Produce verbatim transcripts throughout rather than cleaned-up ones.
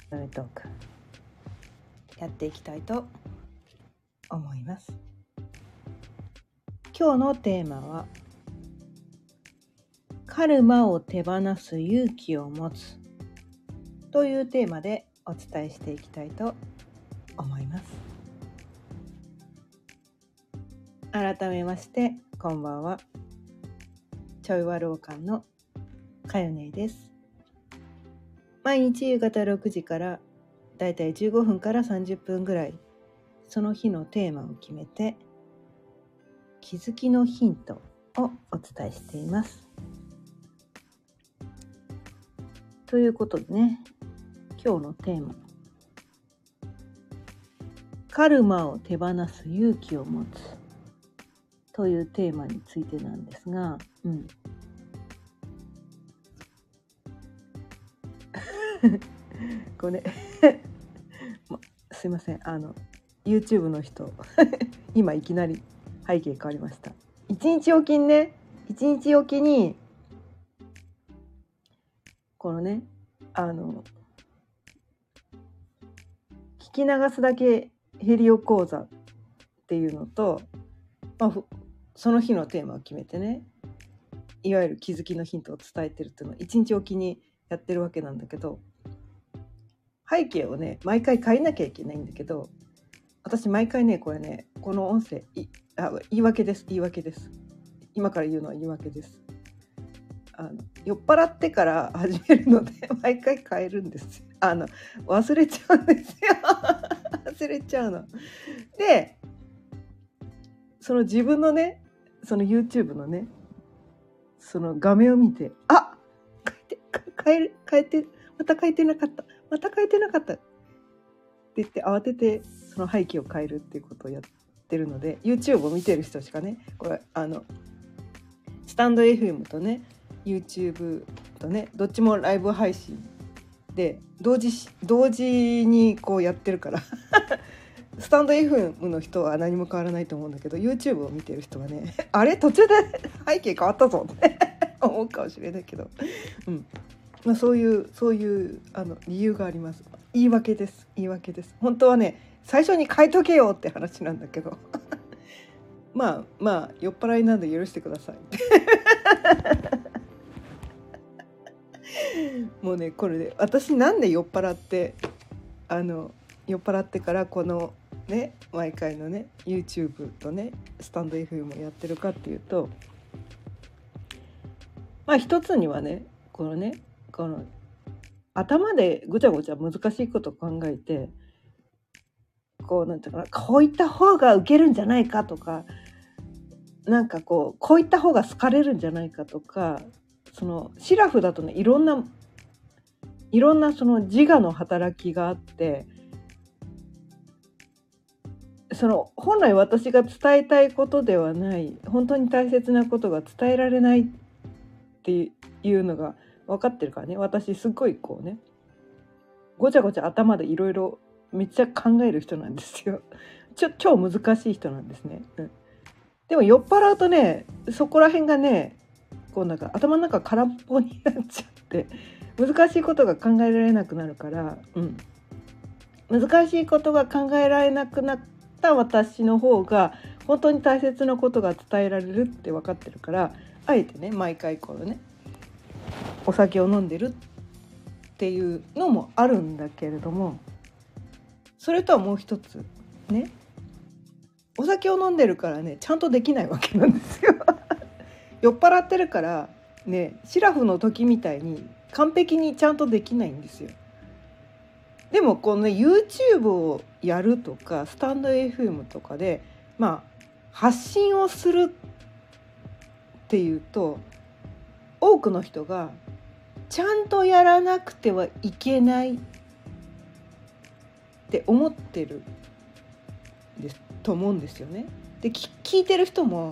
トークやっていきたいと思います。今日のテーマはカルマを手放す勇気を持つというテーマでお伝えしていきたいと思います。改めましてこんばんは。ちょいわろうかんのかよねです。毎日夕方ろくじからだいたいじゅうごふんからさんじゅっぷんぐらいその日のテーマを決めて気づきのヒントをお伝えしています。ということでね、今日のテーマ、カルマを手放す勇気を持つというテーマについてなんですが、うん、これすいません、あの YouTube の人今いきなり背景変わりました。一日おきにね一日おきにこのねあの聞き流すだけヘリオ講座っていうのと、まあ、その日のテーマを決めてね、いわゆる気づきのヒントを伝えてるっていうのを一日おきにやってるわけなんだけど、背景をね毎回変えなきゃいけないんだけど、私毎回ねこれねこの音声いあ言い訳です言い訳です今から言うのは言い訳です。あの酔っ払ってから始めるので毎回変えるんですよ。あの忘れちゃうんですよ忘れちゃうので、その自分のねその YouTube のねその画面を見て、あ変えて変える変えてまた変えてなかったまた変えてなかったって言って慌ててその背景を変えるっていうことをやってるので、 YouTube を見てる人しかね、これあのスタンド エフエム とね YouTube とねどっちもライブ配信で同時同時にこうやってるからスタンド エフエム の人は何も変わらないと思うんだけど、 YouTube を見てる人はねあれ途中で背景変わったぞって思うかもしれないけど、うんまあ、そういうそういうあの理由があります。言い訳です言い訳です。本当はね最初に変えとけよって話なんだけどまあまあ酔っ払いなんで許してくださいもうねこれで、ね、私なんで酔っ払ってあの酔っ払ってからこのね毎回のね YouTube とねスタンド エフエム をやってるかっていうと、まあ一つにはねこのねこの頭でごちゃごちゃ難しいことを考えて、こうなんていうかな、こういった方がウケるんじゃないかとか、なんかこうこういった方が好かれるんじゃないかとか、そのシラフだとねいろんないろんなその自我の働きがあって、その本来私が伝えたいことではない本当に大切なことが伝えられないっていうのが分かってるからね、私すっごいこうねごちゃごちゃ頭でいろいろめっちゃ考える人なんですよ。ちょ超難しい人なんですね、うん、でも酔っ払うとねそこら辺がねこうなんか頭の中空っぽになっちゃって難しいことが考えられなくなるから、うん、難しいことが考えられなくなった私の方が本当に大切なことが伝えられるって分かってるから、あえてね毎回このねお酒を飲んでるっていうのもあるんだけれども、それとはもう一つね、お酒を飲んでるからねちゃんとできないわけなんですよ酔っ払ってるからね、シラフの時みたいに完璧にちゃんとできないんですよ。でもこのね YouTube をやるとかスタンド エフエム とかでまあ発信をするっていうと、多くの人がちゃんとやらなくてはいけないって思ってるですと思うんですよね。で聞いてる人も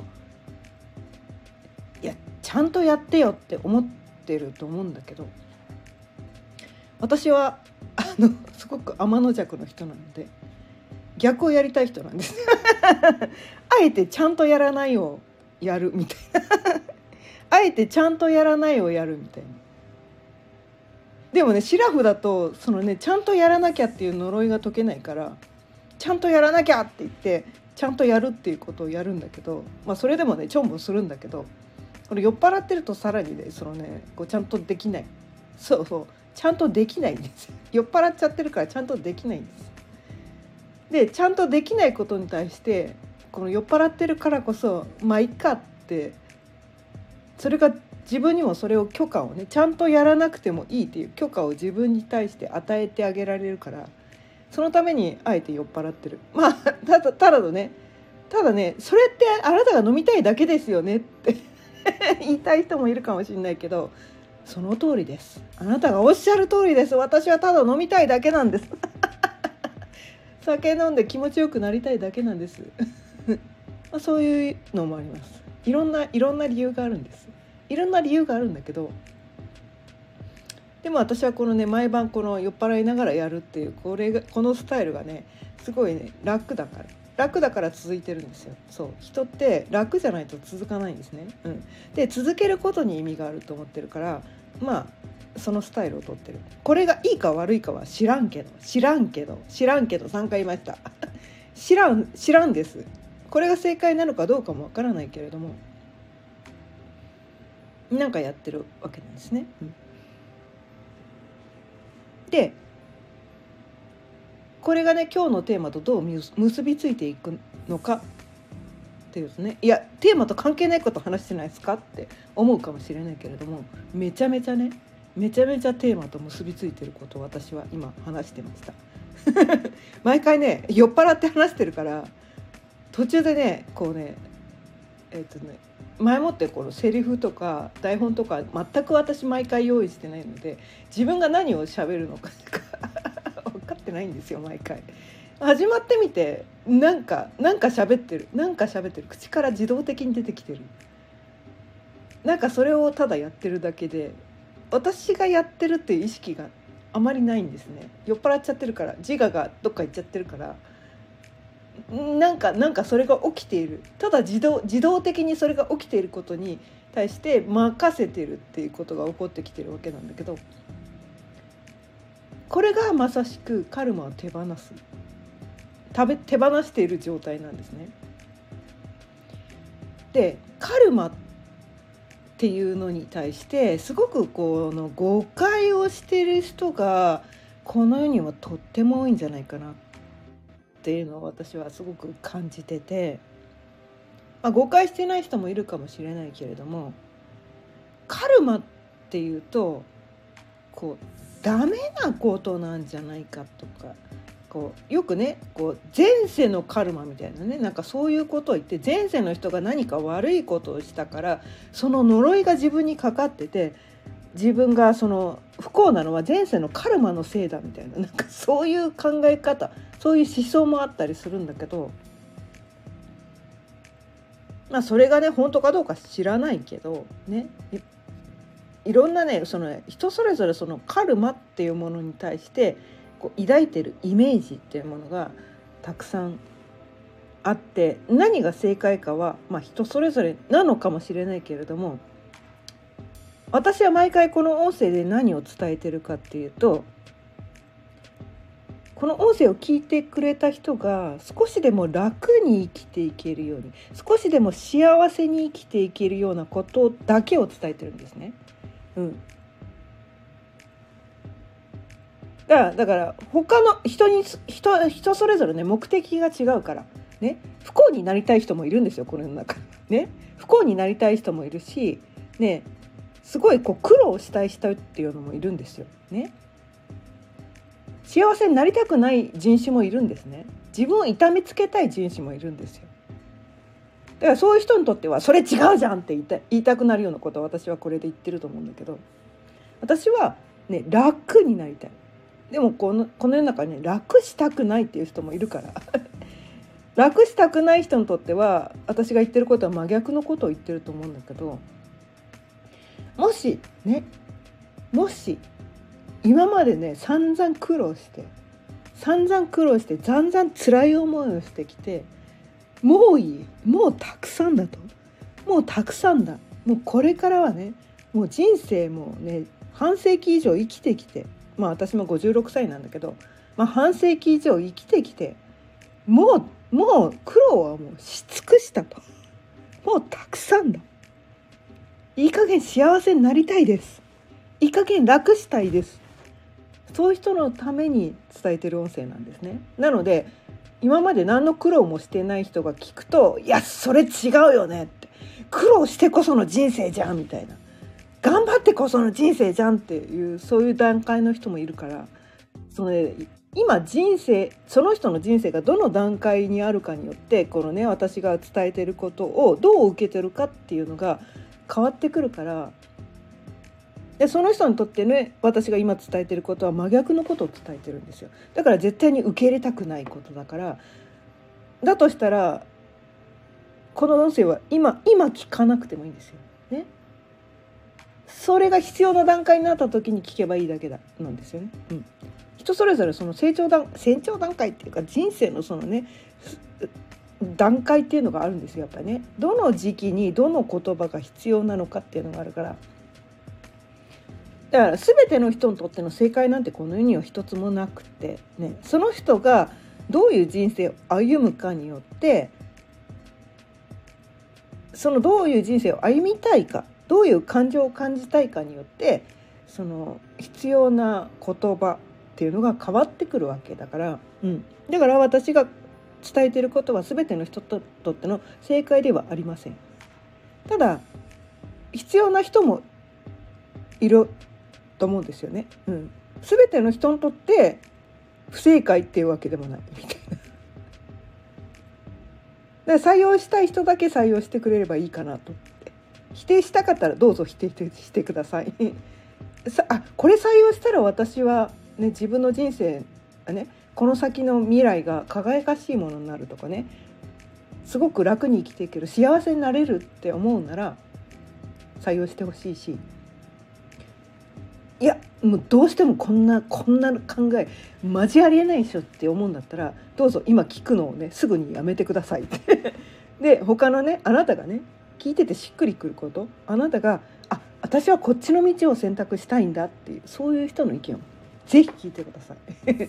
いやちゃんとやってよって思ってると思うんだけど、私はあのすごく天の弱の人なので逆をやりたい人なんですあえてちゃんとやらないをやるみたいなあえてちゃんとやらないをやるみたいな。 でもねシラフだとそのねちゃんとやらなきゃっていう呪いが解けないから、ちゃんとやらなきゃって言ってちゃんとやるっていうことをやるんだけど、まあそれでもねちょんぼするんだけど、これ酔っ払ってるとさらにねそのねこうちゃんとできない、そうそうちゃんとできないんです酔っ払っちゃってるからちゃんとできないんです。でちゃんとできないことに対してこの酔っ払ってるからこそまあいっかって、それが自分にもそれを許可をねちゃんとやらなくてもいいっていう許可を自分に対して与えてあげられるから、そのためにあえて酔っ払ってる。まあただただのねただねそれってあなたが飲みたいだけですよねって言いたい人もいるかもしれないけど、その通りです。あなたがおっしゃる通りです。私はただ飲みたいだけなんです酒飲んで気持ちよくなりたいだけなんですまあそういうのもあります。いろんないろんな理由があるんです。いろんな理由があるんだけど、でも私はこのね毎晩この酔っ払いながらやるっていうこれがこのスタイルがねすごいね楽だから楽だから続いてるんですよ。そう人って楽じゃないと続かないんですね、うん、で続けることに意味があると思ってるから、まあそのスタイルをとってる。これがいいか悪いかは知らんけど知らんけど知らんけどさんかい言いました知らん知らんです。これが正解なのかどうかもわからないけれども、なんかやってるわけなんですね、うん、でこれがね今日のテーマとどう結びついていくのかっていうとね、いやテーマと関係ないこと話してないですかって思うかもしれないけれども、めちゃめちゃねめちゃめちゃテーマと結びついてることを私は今話してました毎回ね酔っ払って話してるから途中でねこうねえっとね前もってこのセリフとか台本とか全く私毎回用意してないので、自分が何を喋るのか分かってないんですよ。毎回始まってみてなんかなんか喋ってるなんか喋ってる口から自動的に出てきてる、なんかそれをただやってるだけで私がやってるっていう意識があまりないんですね。酔っ払っちゃってるから、自我がどっか行っちゃってるから、なんかなんかそれが起きている、ただ自動自動的にそれが起きていることに対して任せてるっていうことが起こってきてるわけなんだけど、これがまさしくカルマを手放す食べ手放している状態なんですね。でカルマっていうのに対してすごくこの誤解をしている人がこの世にはとっても多いんじゃないかなっていうのを私はすごく感じてて、まあ、誤解してない人もいるかもしれないけれども、カルマっていうとこうダメなことなんじゃないかとか、こうよくねこう前世のカルマみたいなね、なんかそういうことを言って、前世の人が何か悪いことをしたからその呪いが自分にかかってて、自分がその不幸なのは前世のカルマのせいだみたいな、なんかそういう考え方、そういう思想もあったりするんだけど、まあそれがね本当かどうか知らないけどね、い, いろんなねその人それぞれそのカルマっていうものに対してこう抱いてるイメージっていうものがたくさんあって、何が正解かはまあ人それぞれなのかもしれないけれども、私は毎回この音声で何を伝えてるかっていうと、この音声を聞いてくれた人が少しでも楽に生きていけるように、少しでも幸せに生きていけるようなことだけを伝えてるんですね。うん。だからだから他の人に 人, 人それぞれね目的が違うからね、不幸になりたい人もいるんですよこの世の中ね。不幸になりたい人もいるしね、すごいこう苦労したい人っていうのもいるんですよね。幸せになりたくない人種もいるんですね。自分を痛めつけたい人種もいるんですよ。だからそういう人にとってはそれ違うじゃんって言いた言いたくなるようなことを私はこれで言ってると思うんだけど、私はね楽になりたい。でもこのこの世の中に、ね、楽したくないっていう人もいるから楽したくない人にとっては私が言ってることは真逆のことを言ってると思うんだけど、もしねもし今までね散々苦労して散々苦労して散々辛い思いをしてきて、もういい、もうたくさんだと、もうたくさんだ、もうこれからはねもう人生もね半世紀以上生きてきて、まあ私もごじゅうろくさいなんだけど、まあ、半世紀以上生きてきて、もうもう苦労はもうし尽くしたと、もうたくさんだ、いい加減幸せになりたいです、いい加減楽したいです、そういう人のために伝えてる音声なんですね。なので今まで何の苦労もしてない人が聞くと、いやそれ違うよねって、苦労してこその人生じゃんみたいな、頑張ってこその人生じゃんっていう、そういう段階の人もいるから、その、ね、今人生、その人の人生がどの段階にあるかによって、このね私が伝えてることをどう受けてるかっていうのが変わってくるから、でその人にとってね、私が今伝えてることは真逆のことを伝えてるんですよ。だから絶対に受け入れたくないことだから、だとしたらこの音声は今今聞かなくてもいいんですよね。それが必要な段階になった時に聞けばいいだけだなんですよね、うん、人それぞれその成長段成長段階っていうか、人生のそのね段階っていうのがあるんですよ。やっぱりね、どの時期にどの言葉が必要なのかっていうのがあるから、だから全ての人にとっての正解なんてこの世には一つもなくてね、その人がどういう人生を歩むかによって、そのどういう人生を歩みたいか、どういう感情を感じたいかによって、その必要な言葉っていうのが変わってくるわけだから、うん、だから私が伝えていることは全ての人にとっての正解ではありません。ただ必要な人もいると思うんですよね、うん、全ての人にとって不正解っていうわけでもないみたいな。だから採用したい人だけ採用してくれればいいかなと思って、否定したかったらどうぞ否定してくださいさあこれ採用したら私は、ね、自分の人生がね、この先の未来が輝かしいものになるとかね、すごく楽に生きていける、幸せになれるって思うなら採用してほしいし、いやもうどうしてもこんなこんな考えマジありえないでしょって思うんだったら、どうぞ今聞くのをねすぐにやめてくださいで他のね、あなたがね聞いててしっくりくること、あなたがあ私はこっちの道を選択したいんだっていう、そういう人の意見をぜひ聞いてください、うん、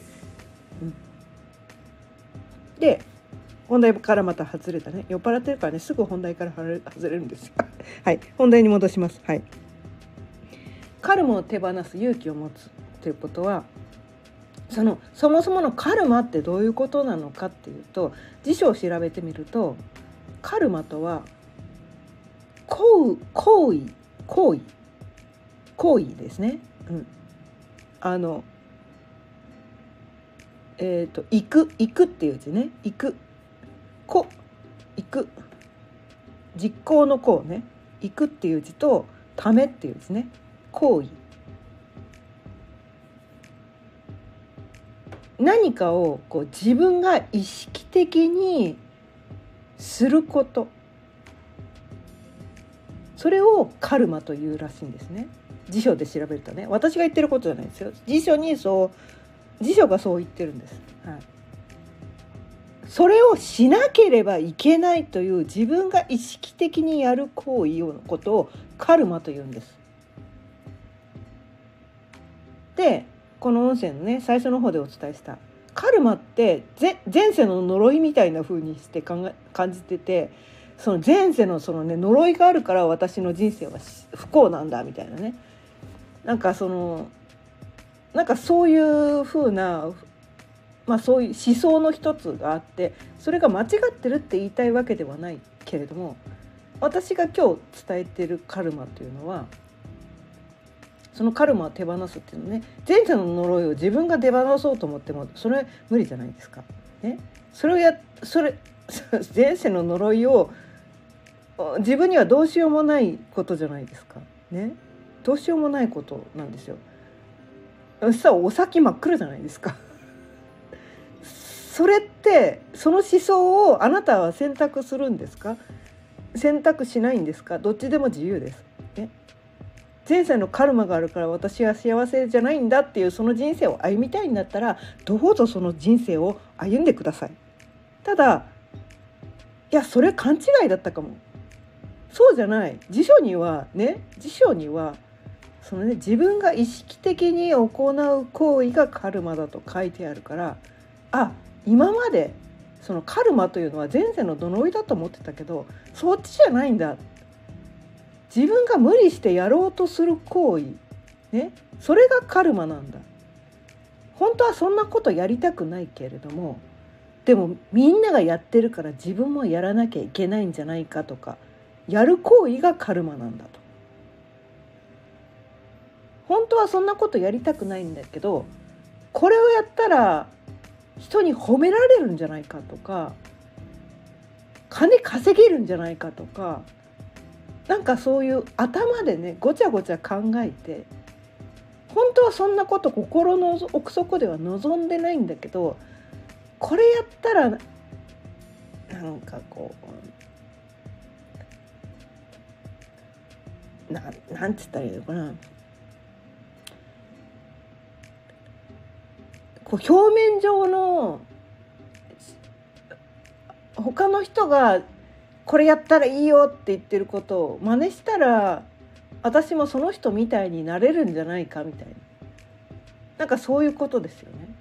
で本題からまた外れたね、酔っ払ってるからねすぐ本題から外れるんですよはい本題に戻します。はい、カルマを手放す勇気を持つということは、そのそもそものカルマってどういうことなのかっていうと、辞書を調べてみると、カルマとは行為行為行為行為ですね、うん、あのえっ、ー、と行く行くっていう字ね、行くこ行く実行の行ね、行くっていう字とためっていう字ね、行為、何かをこう自分が意識的にすること、それをカルマというらしいんですね。辞書で調べるとね、私が言ってることじゃないですよ、辞書にそう辞書がそう言ってるんです、はい、それをしなければいけないという自分が意識的にやる行為のことをカルマというんです。でこの音声のね最初の方でお伝えしたカルマって前世の呪いみたいな風にして考え感じてて、その前世のそのね呪いがあるから私の人生は不幸なんだみたいなね、なんかそのなんかそういう風な、まあそういう思想の一つがあって、それが間違ってるって言いたいわけではないけれども、私が今日伝えているカルマというのは、そのカルマを手放すっていうのね、前世の呪いを自分が手放そうと思ってもそれ無理じゃないですか、ね、それをやそれ前世の呪いを自分にはどうしようもないことじゃないですか、ね、どうしようもないことなんですよ。そしたらお先真っ暗じゃないですかそれってその思想をあなたは選択するんですか、選択しないんですか、どっちでも自由です、ね、前世のカルマがあるから私は幸せじゃないんだっていうその人生を歩みたいんだったらどうぞその人生を歩んでください。ただいやそれ勘違いだったかも、そうじゃない、辞書にはね辞書にはそのね、自分が意識的に行う行為がカルマだと書いてあるから、あ、今までそのカルマというのは前世の呪いだと思ってたけど、そっちじゃないんだ。自分が無理してやろうとする行為、ね、それがカルマなんだ。本当はそんなことやりたくないけれども、でもみんながやってるから自分もやらなきゃいけないんじゃないかとか、やる行為がカルマなんだと。本当はそんなことやりたくないんだけど、これをやったら人に褒められるんじゃないかとか、金稼げるんじゃないかとか、なんかそういう頭でね、ごちゃごちゃ考えて、本当はそんなこと心の奥底では望んでないんだけど、これやったらなんかこうな、なんつったらいいのかな、こう表面上の他の人がこれやったらいいよって言ってることを真似したら、私もその人みたいになれるんじゃないかみたいな、なんかそういうことですよね。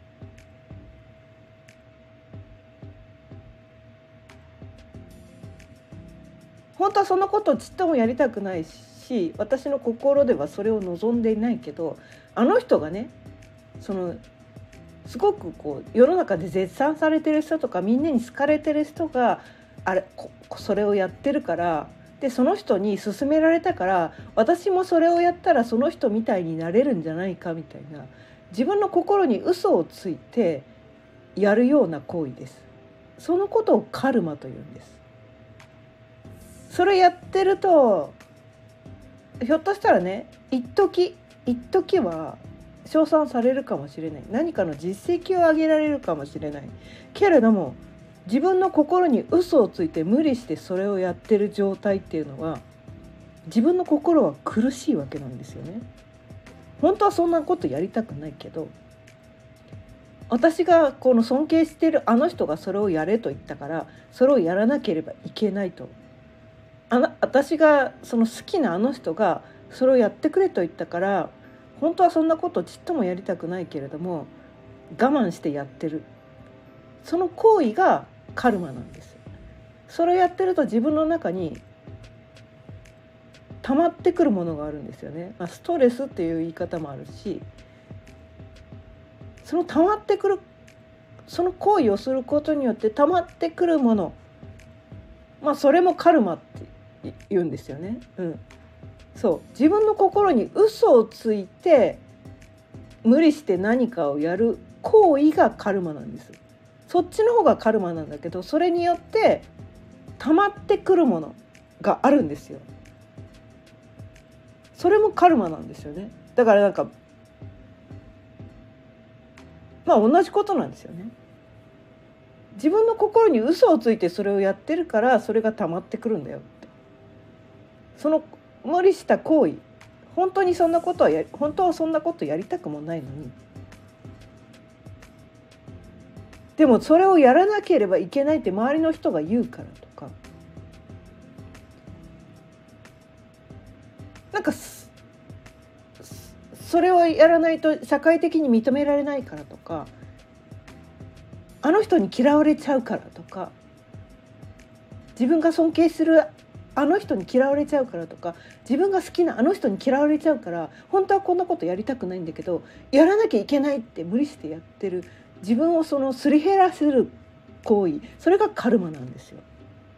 本当はそのことをちっともやりたくないし、私の心ではそれを望んでいないけど、あの人がね、そのすごくこう世の中で絶賛されてる人とか、みんなに好かれてる人があれこそれをやってるから、でその人に勧められたから、私もそれをやったらその人みたいになれるんじゃないかみたいな、自分の心に嘘をついてやるような行為です。そのことをカルマというんです。それやってると、ひょっとしたらね、一時一時は称賛されるかもしれない、何かの実績を上げられるかもしれないけれども、自分の心に嘘をついて無理してそれをやってる状態っていうのは、自分の心は苦しいわけなんですよね。本当はそんなことやりたくないけど、私がこの尊敬しているあの人がそれをやれと言ったから、それをやらなければいけないと。あな私がその好きなあの人がそれをやってくれと言ったから、本当はそんなことちっともやりたくないけれども我慢してやってる、その行為がカルマなんです。それをやってると自分の中に溜まってくるものがあるんですよね。まあ、ストレスっていう言い方もあるし、その溜まってくる、その行為をすることによって溜まってくるもの、まあそれもカルマって言うんですよね。うん、そう、自分の心に嘘をついて無理して何かをやる行為がカルマなんです。そっちの方がカルマなんだけど、それによって溜まってくるものがあるんですよ。それもカルマなんですよね。だからなんかまあ同じことなんですよね。自分の心に嘘をついてそれをやってるから、それが溜まってくるんだよって。その無理した行為、本当にそんなことはや本当はそんなことやりたくもないのに、でもそれをやらなければいけないって周りの人が言うからとか、なんかそれをやらないと社会的に認められないからとか、あの人に嫌われちゃうからとか、自分が尊敬するあの人に嫌われちゃうからとか、自分が好きなあの人に嫌われちゃうから、本当はこんなことやりたくないんだけどやらなきゃいけないって無理してやってる自分をそのすり減らせる行為、それがカルマなんですよ。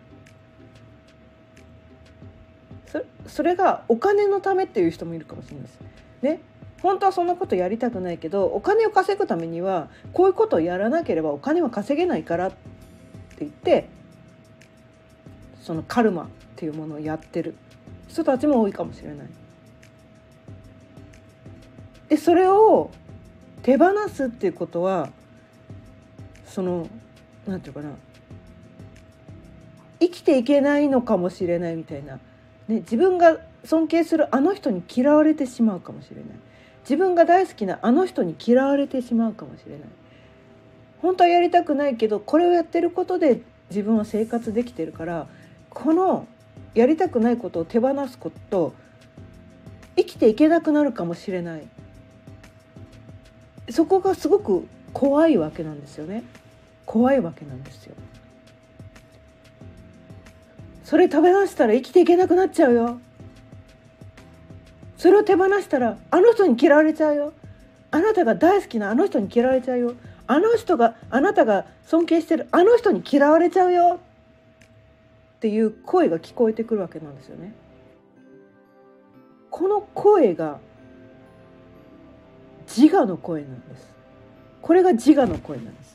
そ, それがお金のためっていう人もいるかもしれないですね。本当はそんなことやりたくないけど、お金を稼ぐためにはこういうことをやらなければお金は稼げないからって言って、そのカルマっていうものをやってる人たちも多いかもしれない。でそれを手放すっていうことは、そのなんていうかな、生きていけないのかもしれないみたいな、ね、自分が尊敬するあの人に嫌われてしまうかもしれない、自分が大好きなあの人に嫌われてしまうかもしれない。本当はやりたくないけど、これをやってることで自分は生活できてるから、このやりたくないことを手放すこと生きていけなくなるかもしれない。そこがすごく怖いわけなんですよね。怖いわけなんですよ。それ食べ出したら生きていけなくなっちゃうよ。それを手放したらあの人に嫌われちゃうよ。あなたが大好きなあの人に嫌われちゃうよ。あの人があなたが尊敬してるあの人に嫌われちゃうよっていう声が聞こえてくるわけなんですよね。この声が自我の声なんです。これが自我の声なんです。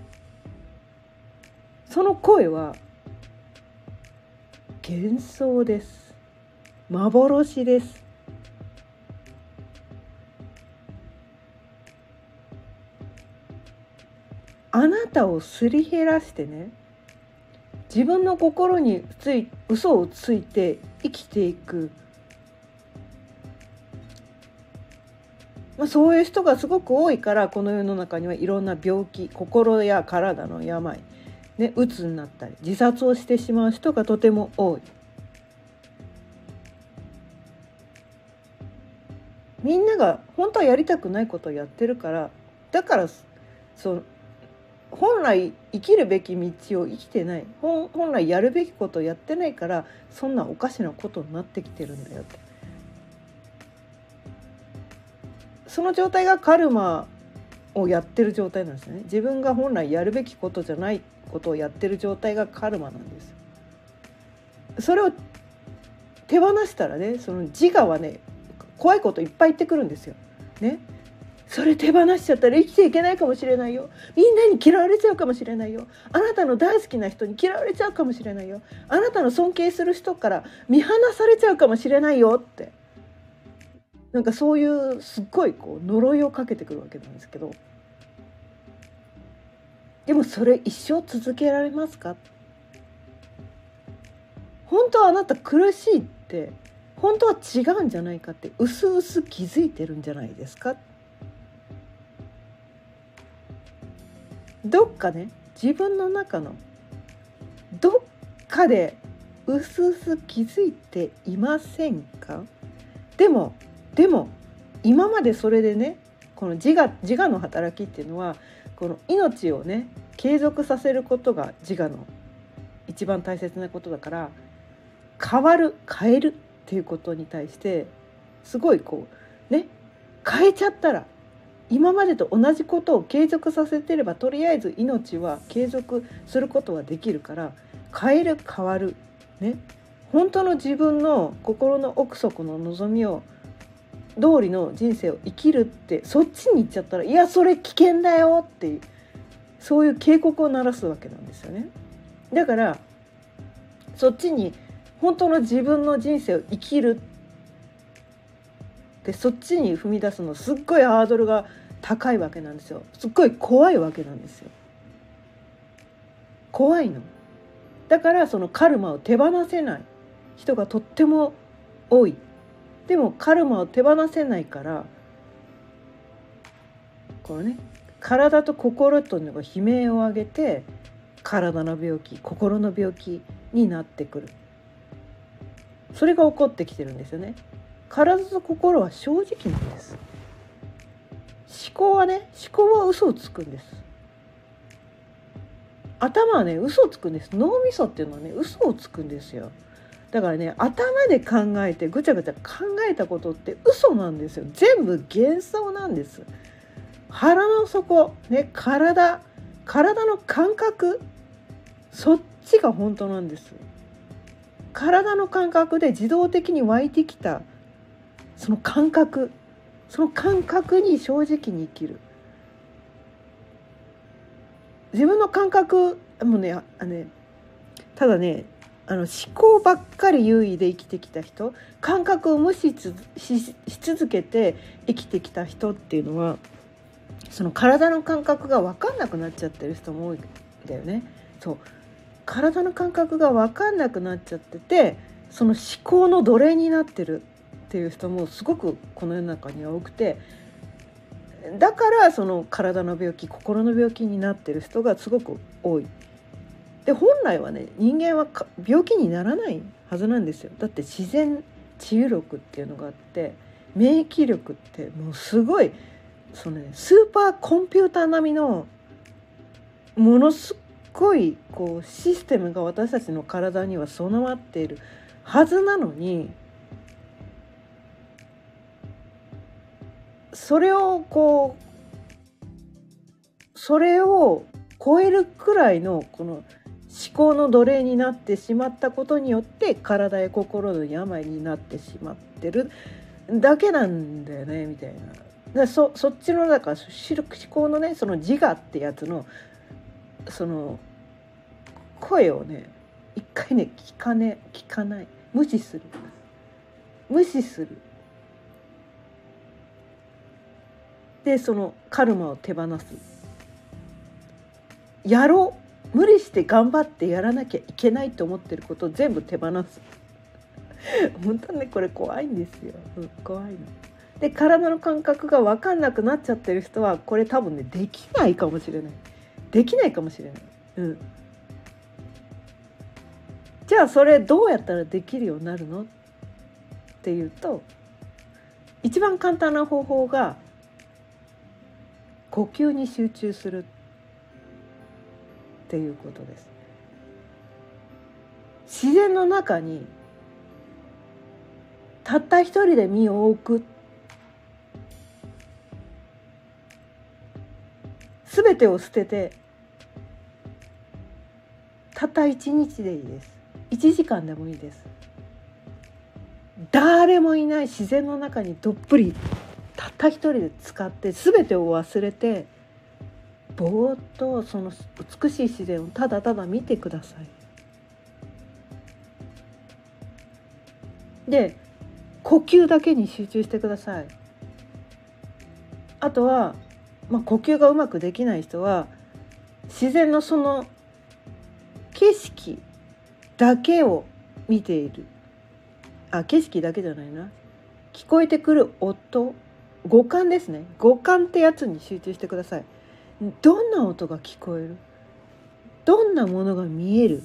その声は幻想です。幻です。あなたをすり減らしてね、自分の心につい嘘をついて生きていく、まあ、そういう人がすごく多いから、この世の中にはいろんな病気、心や体の病、ね、うつになったり自殺をしてしまう人がとても多い。みんなが本当はやりたくないことをやってるから、だからそう本来生きるべき道を生きてない、本来やるべきことをやってないから、そんなおかしなことになってきてるんだよって。その状態がカルマをやってる状態なんですよね。自分が本来やるべきことじゃないことをやってる状態がカルマなんです。それを手放したらね、その自我はね、怖いこといっぱい言ってくるんですよ。ね。それ手放しちゃったら生きていけないかもしれないよ。みんなに嫌われちゃうかもしれないよ。あなたの大好きな人に嫌われちゃうかもしれないよ。あなたの尊敬する人から見放されちゃうかもしれないよって、なんかそういうすっごいこう呪いをかけてくるわけなんですけど、でもそれ一生続けられますか？本当はあなた苦しいって、本当は違うんじゃないかってうすうす気づいてるんじゃないですか？どっかね、自分の中のどっかでうすうす気づいていませんか？でもでも今までそれでね、この自我自我の働きっていうのは、この命をね継続させることが自我の一番大切なことだから、変わる変えるっていうことに対してすごいこうね、変えちゃったら今までと同じことを継続させてれば、とりあえず命は継続することはできるから、変える変わるね、本当の自分の心の奥底の望みを通りの人生を生きるって、そっちに行っちゃったら、いやそれ危険だよっていう、そういう警告を鳴らすわけなんですよね。だからそっちに本当の自分の人生を生きるで、そっちに踏み出すのすっごいハードルが高いわけなんですよ。すっごい怖いわけなんですよ。怖いの。だからそのカルマを手放せない人がとっても多い。でもカルマを手放せないから、このね、体と心というのが悲鳴を上げて、体の病気、心の病気になってくる。それが起こってきてるんですよね。体と心は正直なんです。思考はね、思考は嘘をつくんです。頭はね、嘘をつくんです。脳みそっていうのはね、嘘をつくんですよ。だからね、頭で考えてぐちゃぐちゃ考えたことって嘘なんですよ。全部幻想なんです。腹の底、ね、体、体の感覚、そっちが本当なんです。体の感覚で自動的に湧いてきたその感覚、その感覚に正直に生きる。自分の感覚もね、あねただね、あの思考ばっかり優位で生きてきた人、感覚を無視 し, し続けて生きてきた人っていうのは、その体の感覚が分かんなくなっちゃってる人も多いんだよね。そう、体の感覚が分かんなくなっちゃってて、その思考の奴隷になってるっていう人もすごくこの世の中には多くて、だからその体の病気、心の病気になってる人がすごく多い。で本来はね、人間は病気にならないはずなんですよ。だって自然治癒力っていうのがあって、免疫力ってもうすごいその、ね、スーパーコンピューター並みのものすごいこうシステムが私たちの体には備わっているはずなのに、それをこうそれを超えるくらいのこの思考の奴隷になってしまったことによって体や心の病になってしまってるだけなんだよねみたいな。だ そ, そっちのだから思考のねその自我ってやつのその声をね一回ね聞かね聞かない無視する無視するでそのカルマを手放す。やろう無理して頑張ってやらなきゃいけないと思ってることを全部手放す本当ねこれ怖いんですよ、うん、怖いので体の感覚が分かんなくなっちゃってる人はこれ多分ねできないかもしれないできないかもしれない、うん、じゃあそれどうやったらできるようになるのっていうと、一番簡単な方法が呼吸に集中するっていうことです。自然の中にたった一人で身を置く、すべてを捨ててたった一日でいいです。一時間でもいいです。誰もいない自然の中にどっぷりたった一人で使ってすべてを忘れてぼーっとその美しい自然をただただ見てください。で呼吸だけに集中してください。あとは、まあ、呼吸がうまくできない人は自然のその景色だけを見ている。あ、景色だけじゃないな。聞こえてくる音、五感ですね。五感ってやつに集中してください。どんな音が聞こえる？どんなものが見える？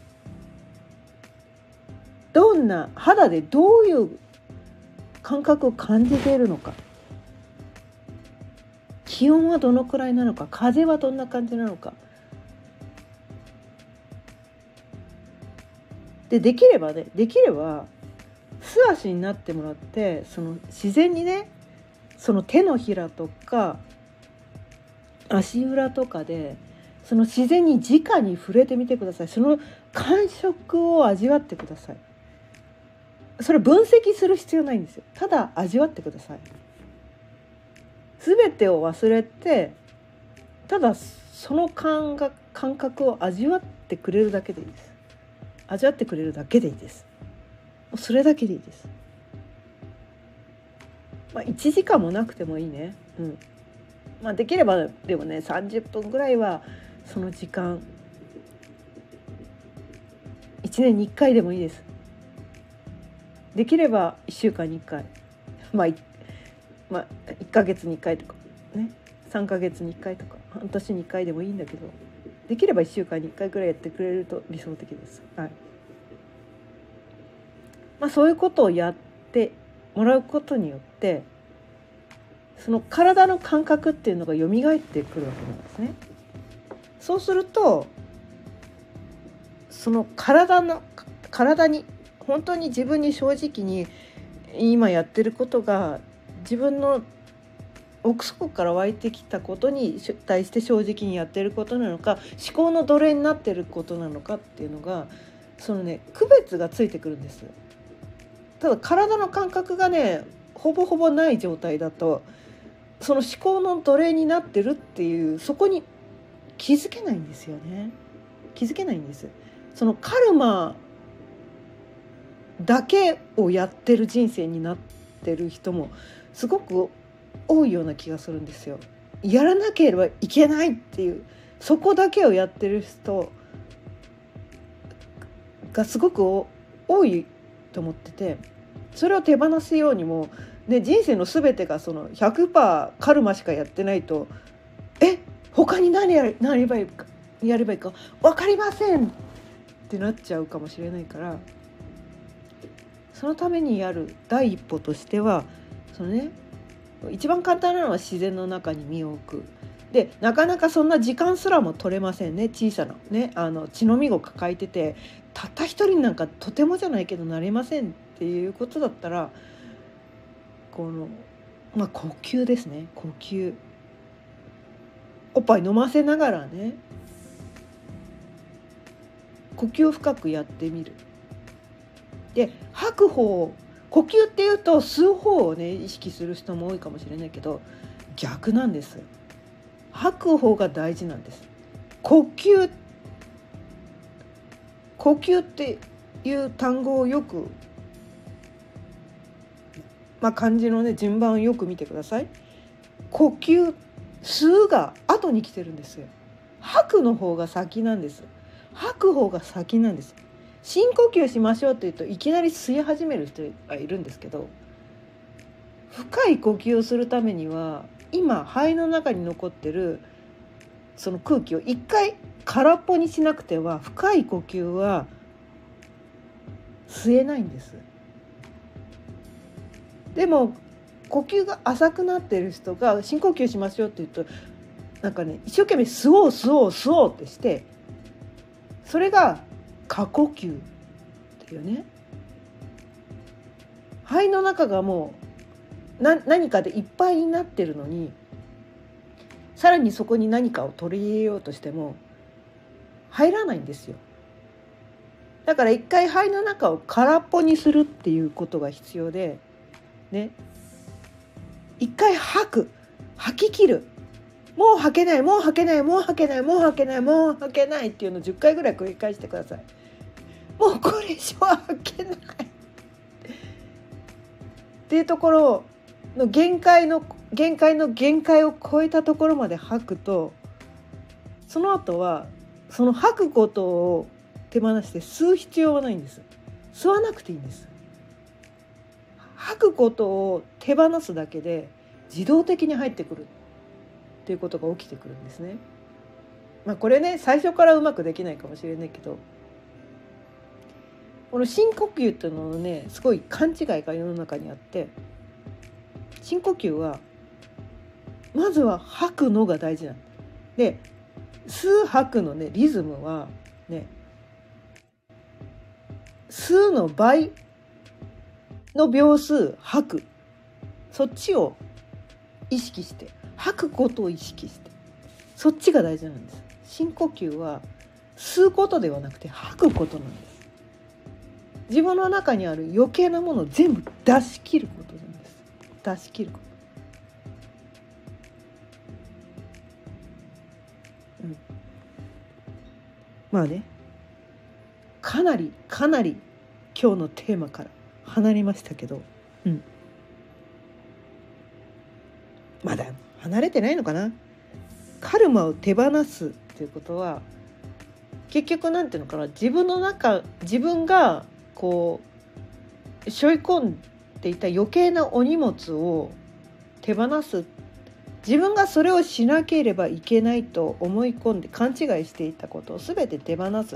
どんな肌でどういう感覚を感じているのか？気温はどのくらいなのか？風はどんな感じなのか？で、できればね、できれば素足になってもらって、その自然にね、その手のひらとか足裏とかでその自然に直に触れてみてください。その感触を味わってください。それ分析する必要ないんですよ。ただ味わってください。すべてを忘れてただその感覚、感覚を味わってくれるだけでいいです。味わってくれるだけでいいです。それだけでいいです。まあいちじかんもなくてもいいね。うん。まあできればでもねさんじゅっぷんぐらいはその時間いちねんにいっかいでもいいです。できればいっしゅうかんにいっかい、まあ、まあいっかげつにいっかいとかね、さんかげつにいっかいとか半年にいっかいでもいいんだけど、できればいっしゅうかんにいっかいぐらいやってくれると理想的です。はい。まあそういうことをやってもらうことによってその体の感覚っていうのが蘇ってくるわけなんですね。そうするとその体の体に本当に自分に正直に今やってることが自分の奥底から湧いてきたことに対して正直にやってることなのか、思考の奴隷になってることなのかっていうのがそのね区別がついてくるんです。ただ体の感覚がねほぼほぼない状態だとその思考の奴隷になってるっていうそこに気づけないんですよね。気づけないんです。そのカルマだけをやってる人生になってる人もすごく多いような気がするんですよ。やらなければいけないっていうそこだけをやってる人がすごく多いと思ってて、それを手放すようにも、ね、人生の全てがその ひゃくパーセント カルマしかやってないとえ他に何やれ、何やればいいかやればいいか分かりませんってなっちゃうかもしれないから、 そのためにやる第一歩としては、そのね、一番簡単なのは自然の中に身を置く。でなかなかそんな時間すらも取れませんね。小さなね、あの血のみを抱えてて、たった一人なんかとてもじゃないけどなれませんっていうことだったら、この、まあ、呼吸ですね。呼吸、おっぱい飲ませながらね、呼吸を深くやってみる。で吐く方、呼吸っていうと吸う方をね意識する人も多いかもしれないけど、逆なんです。吐く方が大事なんです。呼吸呼吸っていう単語をよく、まあ、漢字のね順番をよく見てください。呼吸、吸うが後に来てるんですよ。吐くの方が先なんです。吐く方が先なんです。深呼吸しましょうって言うといきなり吸い始める人がいるんですけど、深い呼吸をするためには今肺の中に残ってるその空気を一回空っぽにしなくては深い呼吸は吸えないんです。でも呼吸が浅くなっている人が深呼吸しましょうって言うと、なんかね一生懸命吸おう吸おう吸おうってして、それが過呼吸っていうね、肺の中がもうな何かでいっぱいになってるのに、さらにそこに何かを取り入れようとしても入らないんですよ。だから一回肺の中を空っぽにするっていうことが必要でね、一回吐く、吐き切る、もう吐けない、もう吐けない、もう吐けない、もう吐けない、もう吐けないっていうのをじゅっかいぐらい繰り返してください。もうこれ以上吐けないっていうところの限界の限界の限界を超えたところまで吐くと、その後はその吐くことを手放して吸う必要はないんです。吸わなくていいんです。吐くことを手放すだけで自動的に入ってくるっていうことが起きてくるんですね。まあこれね最初からうまくできないかもしれないけど、この深呼吸っていうののねすごい勘違いが世の中にあって、深呼吸はまずは吐くのが大事なんで、吸う吐くのねリズムはね、吸うの倍の秒数吐く、そっちを意識して、吐くことを意識して、そっちが大事なんです。深呼吸は吸うことではなくて吐くことなんです。自分の中にある余計なものを全部出し切ることなんです。出し切ること、うん、まあね、かなりかなり今日のテーマから離れましたけど、うん、まだ離れてないのかな。カルマを手放すっていうことは結局なんていうのかな、自分の中自分がこう背負い込んでいた余計なお荷物を手放す、自分がそれをしなければいけないと思い込んで勘違いしていたことを全て手放す。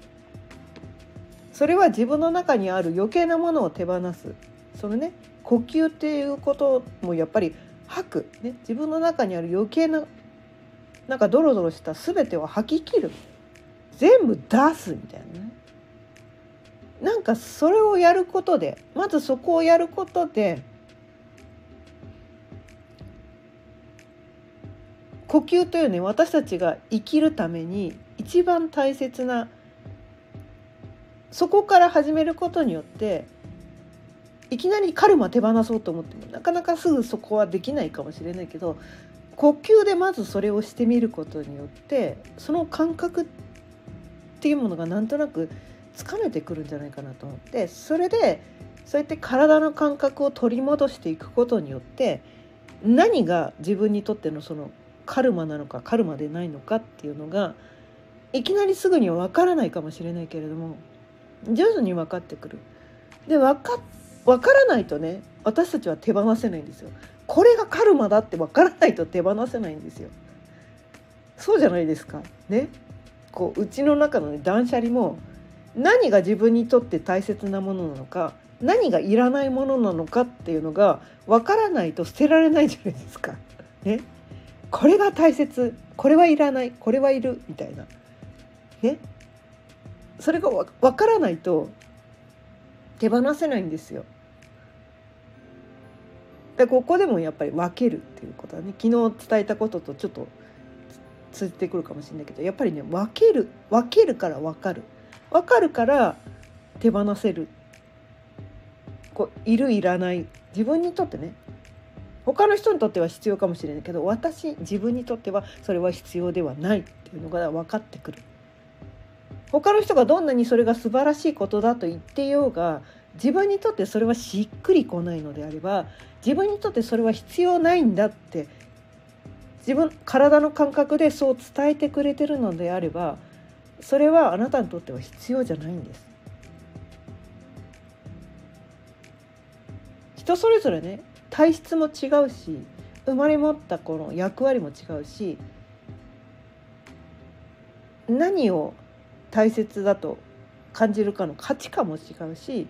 それは自分の中にある余計なものを手放す。そのね呼吸っていうこともやっぱり吐く、ね、自分の中にある余計ななんかドロドロした全てを吐き切る、全部出すみたいなね。なんかそれをやることで、まずそこをやることで呼吸というね、私たちが生きるために一番大切な、そこから始めることによっていきなりカルマ手放そうと思ってもなかなかすぐそこはできないかもしれないけど、呼吸でまずそれをしてみることによってその感覚っていうものがなんとなくつかめてくるんじゃないかなと思って、それでそうやって体の感覚を取り戻していくことによって何が自分にとってのそのカルマなのかカルマでないのかっていうのがいきなりすぐには分からないかもしれないけれども、徐々に分かってくる。で分か、分からないとね私たちは手放せないんですよ。これがカルマだって分からないと手放せないんですよ。そうじゃないですかね。こううちの中の、ね、断捨離も何が自分にとって大切なものなのか何がいらないものなのかっていうのがわからないと捨てられないじゃないですか、ね、これが大切、これはいらない、これはいるみたいな、ね、それがわ分からないと手放せないんですよ。でここでもやっぱり分けるっていうことはね、昨日伝えたこととちょっと通じてくるかもしれないけど、やっぱりね分ける分けるから分かる分かるから手放せる。こういるいらない、自分にとってね、他の人にとっては必要かもしれないけど、私自分にとってはそれは必要ではないっていうのが分かってくる。他の人がどんなにそれが素晴らしいことだと言っていようが、自分にとってそれはしっくりこないのであれば、自分にとってそれは必要ないんだって自分体の感覚でそう伝えてくれてるのであれば、それはあなたにとっては必要じゃないんです。人それぞれね、体質も違うし、生まれ持ったこの役割も違うし、何を大切だと感じるかの価値観も違うし、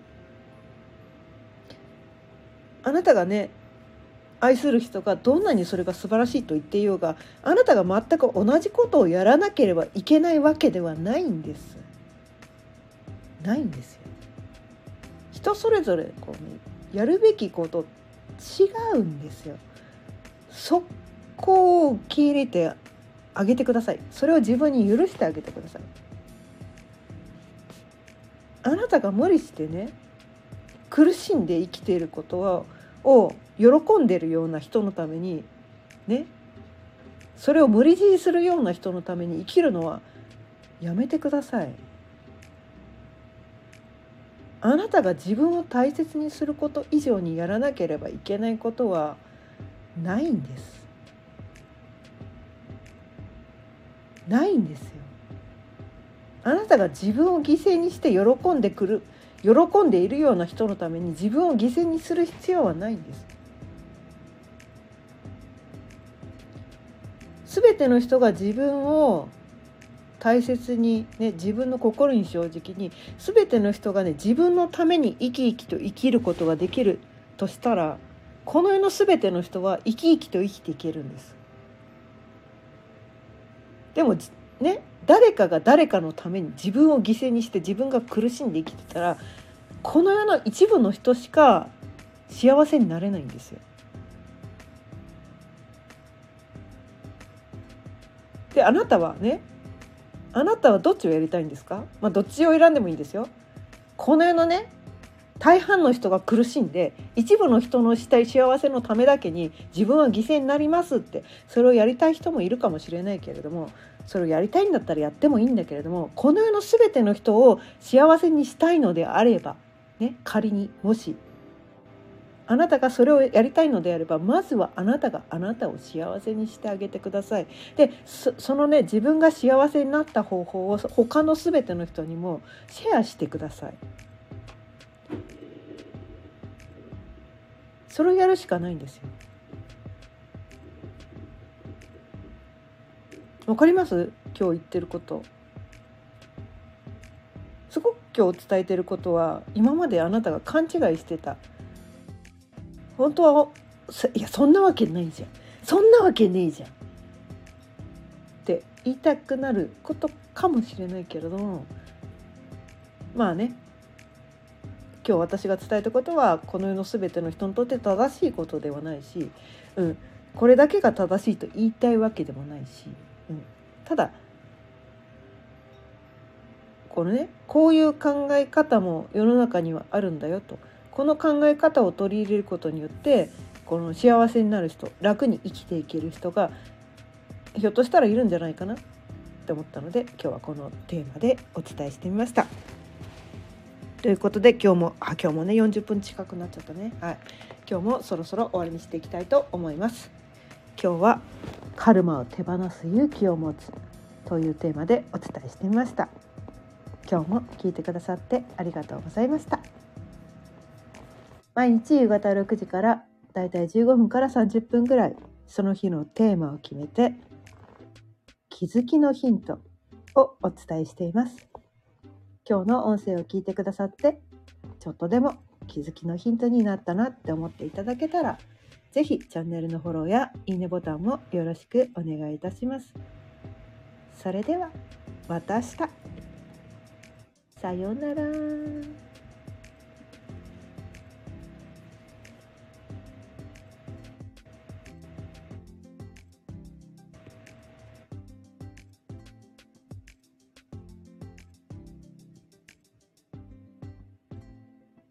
あなたがね愛する人がどんなにそれが素晴らしいと言っていようが、あなたが全く同じことをやらなければいけないわけではないんです。ないんですよ。人それぞれこう、ね、やるべきこと違うんですよ。そこを受け入れてあげてください。それを自分に許してあげてください。あなたが無理してね苦しんで生きていることはを喜んでいるような人のためにね、それを無理強いするような人のために生きるのはやめてください。あなたが自分を大切にすること以上にやらなければいけないことはないんです。ないんですよ。あなたが自分を犠牲にして喜んでくる、喜んでいるような人のために自分を犠牲にする必要はないんです。すべての人が自分を大切に、ね、自分の心に正直に、すべての人がね自分のために生き生きと生きることができるとしたら、この世のすべての人は生き生きと生きていけるんです。でもね、誰かが誰かのために自分を犠牲にして自分が苦しんで生きてたら、この世の一部の人しか幸せになれないんですよ。であなたはね、あなたはどっちをやりたいんですか？まあどっちを選んでもいいんですよ。この世のね大半の人が苦しんで、一部の人のしたい幸せのためだけに自分は犠牲になりますって、それをやりたい人もいるかもしれないけれども、それをやりたいんだったらやってもいいんだけれども、この世の全ての人を幸せにしたいのであればね、仮にもしあなたがそれをやりたいのであれば、まずはあなたがあなたを幸せにしてあげてください。で そ, そのね自分が幸せになった方法を他の全ての人にもシェアしてください。それをやるしかないんですよ。わかります？今日言ってること。すごく今日伝えてることは、今まであなたが勘違いしてた、本当はいやそんなわけないじゃん、そんなわけねえじゃんって言いたくなることかもしれないけれども、まあね、今日私が伝えたことはこの世の全ての人にとって正しいことではないし、うん、これだけが正しいと言いたいわけでもないし、うん、ただこのねこういう考え方も世の中にはあるんだよと、この考え方を取り入れることによってこの幸せになる人、楽に生きていける人がひょっとしたらいるんじゃないかなって思ったので、今日はこのテーマでお伝えしてみました。ということで今日もあ今日もねよんじゅっぷん近くなっちゃったね。はい、今日もそろそろ終わりにしていきたいと思います。今日はカルマを手放す勇気を持つというテーマでお伝えしてみました。今日も聞いてくださってありがとうございました。毎日夕方ろくじからだいたいじゅうごふんからさんじゅっぷんぐらい、その日のテーマを決めて気づきのヒントをお伝えしています。今日の音声を聞いてくださってちょっとでも気づきのヒントになったなって思っていただけたら、ぜひチャンネルのフォローやいいねボタンもよろしくお願いいたします。それではまた明日。さようなら。